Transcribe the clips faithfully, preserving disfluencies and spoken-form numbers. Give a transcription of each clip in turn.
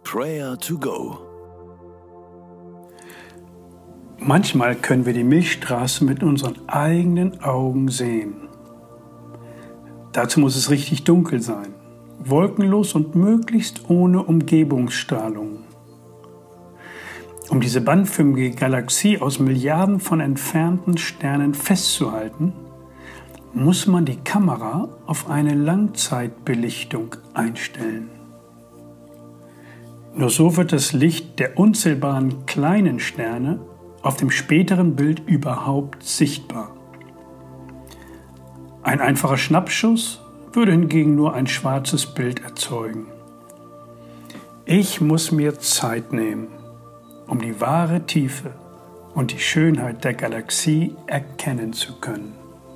Prayer to go. Manchmal können wir die Milchstraße mit unseren eigenen Augen sehen. Dazu muss es richtig dunkel sein, wolkenlos und möglichst ohne Umgebungsstrahlung. Um diese bandförmige Galaxie aus Milliarden von entfernten Sternen festzuhalten, muss man die Kamera auf eine Langzeitbelichtung einstellen. Nur so wird das Licht der unzählbaren kleinen Sterne auf dem späteren Bild überhaupt sichtbar. Ein einfacher Schnappschuss würde hingegen nur ein schwarzes Bild erzeugen. Ich muss mir Zeit nehmen, um die wahre Tiefe und die Schönheit der Galaxie erkennen zu können.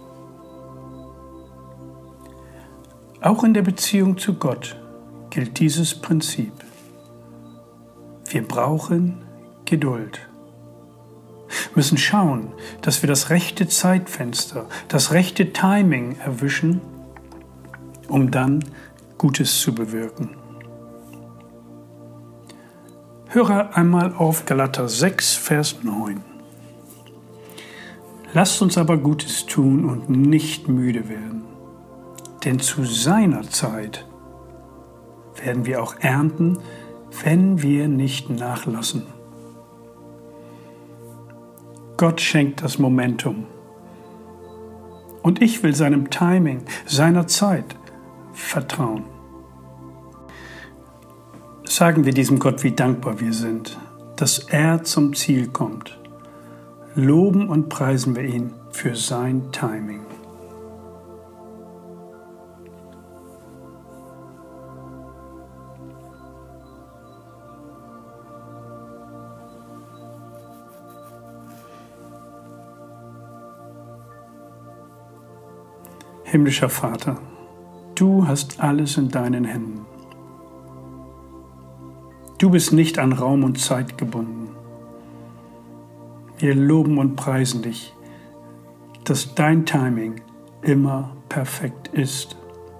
Auch in der Beziehung zu Gott gilt dieses Prinzip. Wir brauchen Geduld, müssen schauen, dass wir das rechte Zeitfenster, das rechte Timing erwischen, um dann Gutes zu bewirken. Höre einmal auf Galater sechs, Vers neun. Lasst uns aber Gutes tun und nicht müde werden, denn zu seiner Zeit werden wir auch ernten, wenn wir nicht nachlassen. Gott schenkt das Momentum. Und ich will seinem Timing, seiner Zeit vertrauen. Sagen wir diesem Gott, wie dankbar wir sind, dass er zum Ziel kommt. Loben und preisen wir ihn für sein Timing. Himmlischer Vater, du hast alles in deinen Händen. Du bist nicht an Raum und Zeit gebunden. Wir loben und preisen dich, dass dein Timing immer perfekt ist.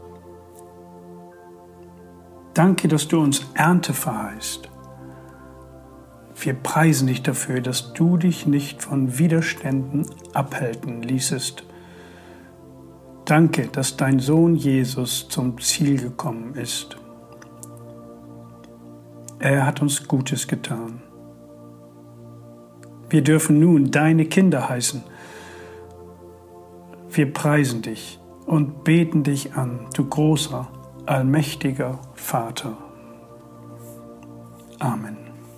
Danke, dass du uns Ernte verheißt. Wir preisen dich dafür, dass du dich nicht von Widerständen abhalten ließest. Danke, dass dein Sohn Jesus zum Ziel gekommen ist. Er hat uns Gutes getan. Wir dürfen nun deine Kinder heißen. Wir preisen dich und beten dich an, du großer, allmächtiger Vater. Amen.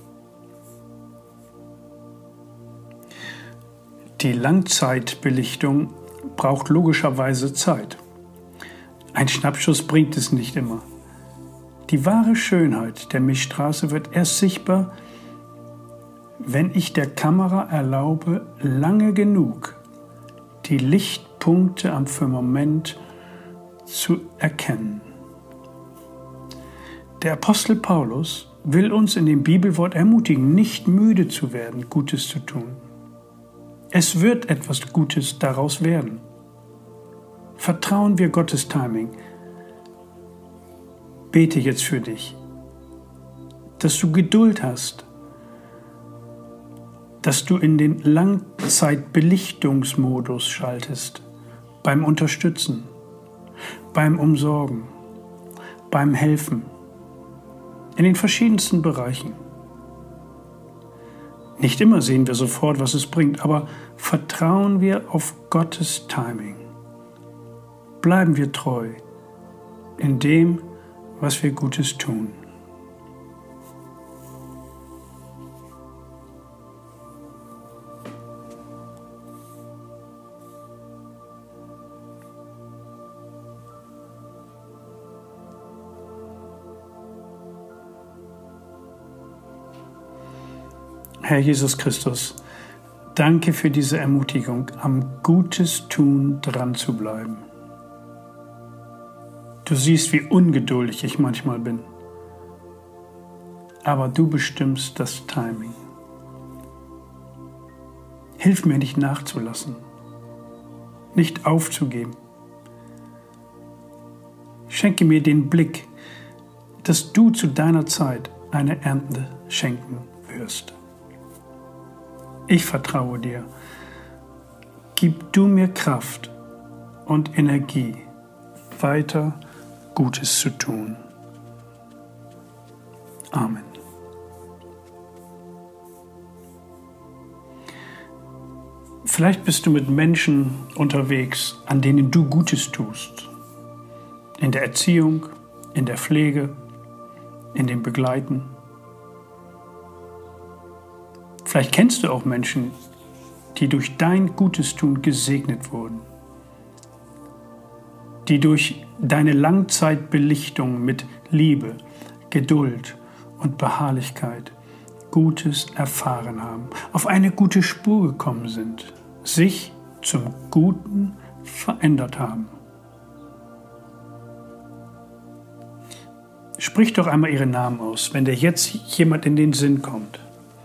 Die Langzeitbelichtung braucht logischerweise Zeit. Ein Schnappschuss bringt es nicht immer. Die wahre Schönheit der Milchstraße wird erst sichtbar, wenn ich der Kamera erlaube, lange genug die Lichtpunkte am Firmament zu erkennen. Der Apostel Paulus will uns in dem Bibelwort ermutigen, nicht müde zu werden, Gutes zu tun. Es wird etwas Gutes daraus werden. Vertrauen wir Gottes Timing. Bete jetzt für dich, dass du Geduld hast, dass du in den Langzeitbelichtungsmodus schaltest, beim Unterstützen, beim Umsorgen, beim Helfen, in den verschiedensten Bereichen. Nicht immer sehen wir sofort, was es bringt, aber vertrauen wir auf Gottes Timing. Bleiben wir treu in dem, was wir Gutes tun. Herr Jesus Christus, danke für diese Ermutigung, am Gutes tun dran zu bleiben. Du siehst, wie ungeduldig ich manchmal bin. Aber du bestimmst das Timing. Hilf mir nicht nachzulassen, nicht aufzugeben. Schenke mir den Blick, dass du zu deiner Zeit eine Ernte schenken wirst. Ich vertraue dir. Gib du mir Kraft und Energie, weiter Gutes zu tun. Amen. Vielleicht bist du mit Menschen unterwegs, an denen du Gutes tust. In der Erziehung, in der Pflege, in dem Begleiten. Vielleicht kennst du auch Menschen, die durch dein Gutes tun gesegnet wurden, die durch deine Langzeitbelichtung mit Liebe, Geduld und Beharrlichkeit Gutes erfahren haben, auf eine gute Spur gekommen sind, sich zum Guten verändert haben. Sprich doch einmal ihre Namen aus, wenn dir jetzt jemand in den Sinn kommt,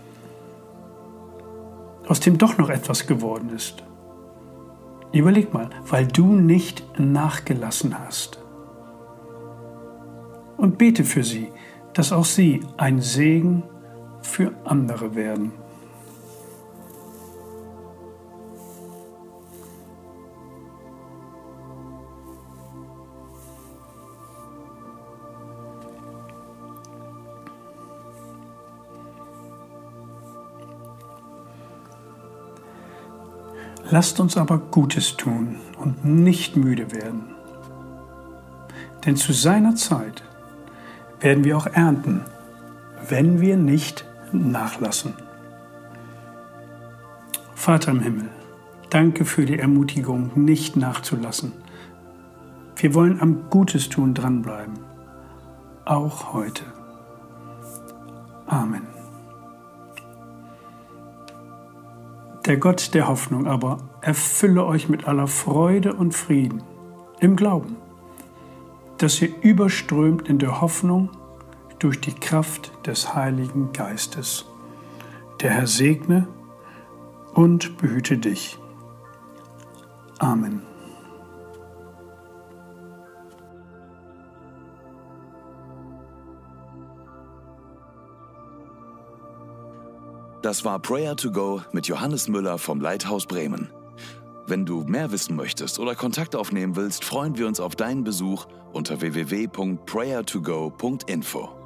aus dem doch noch etwas geworden ist. Überleg mal, weil du nicht nachgelassen hast. Und bete für sie, dass auch sie ein Segen für andere werden. Lasst uns aber Gutes tun und nicht müde werden. Denn zu seiner Zeit werden wir auch ernten, wenn wir nicht nachlassen. Vater im Himmel, danke für die Ermutigung, nicht nachzulassen. Wir wollen am Gutes tun dranbleiben, auch heute. Amen. Der Gott der Hoffnung aber erfülle euch mit aller Freude und Frieden im Glauben, dass ihr überströmt in der Hoffnung durch die Kraft des Heiligen Geistes. Der Herr segne und behüte dich. Amen. Das war Prayer to Go mit Johannes Müller vom Lighthouse Bremen. Wenn du mehr wissen möchtest oder Kontakt aufnehmen willst, freuen wir uns auf deinen Besuch unter w w w punkt prayer to go punkt info.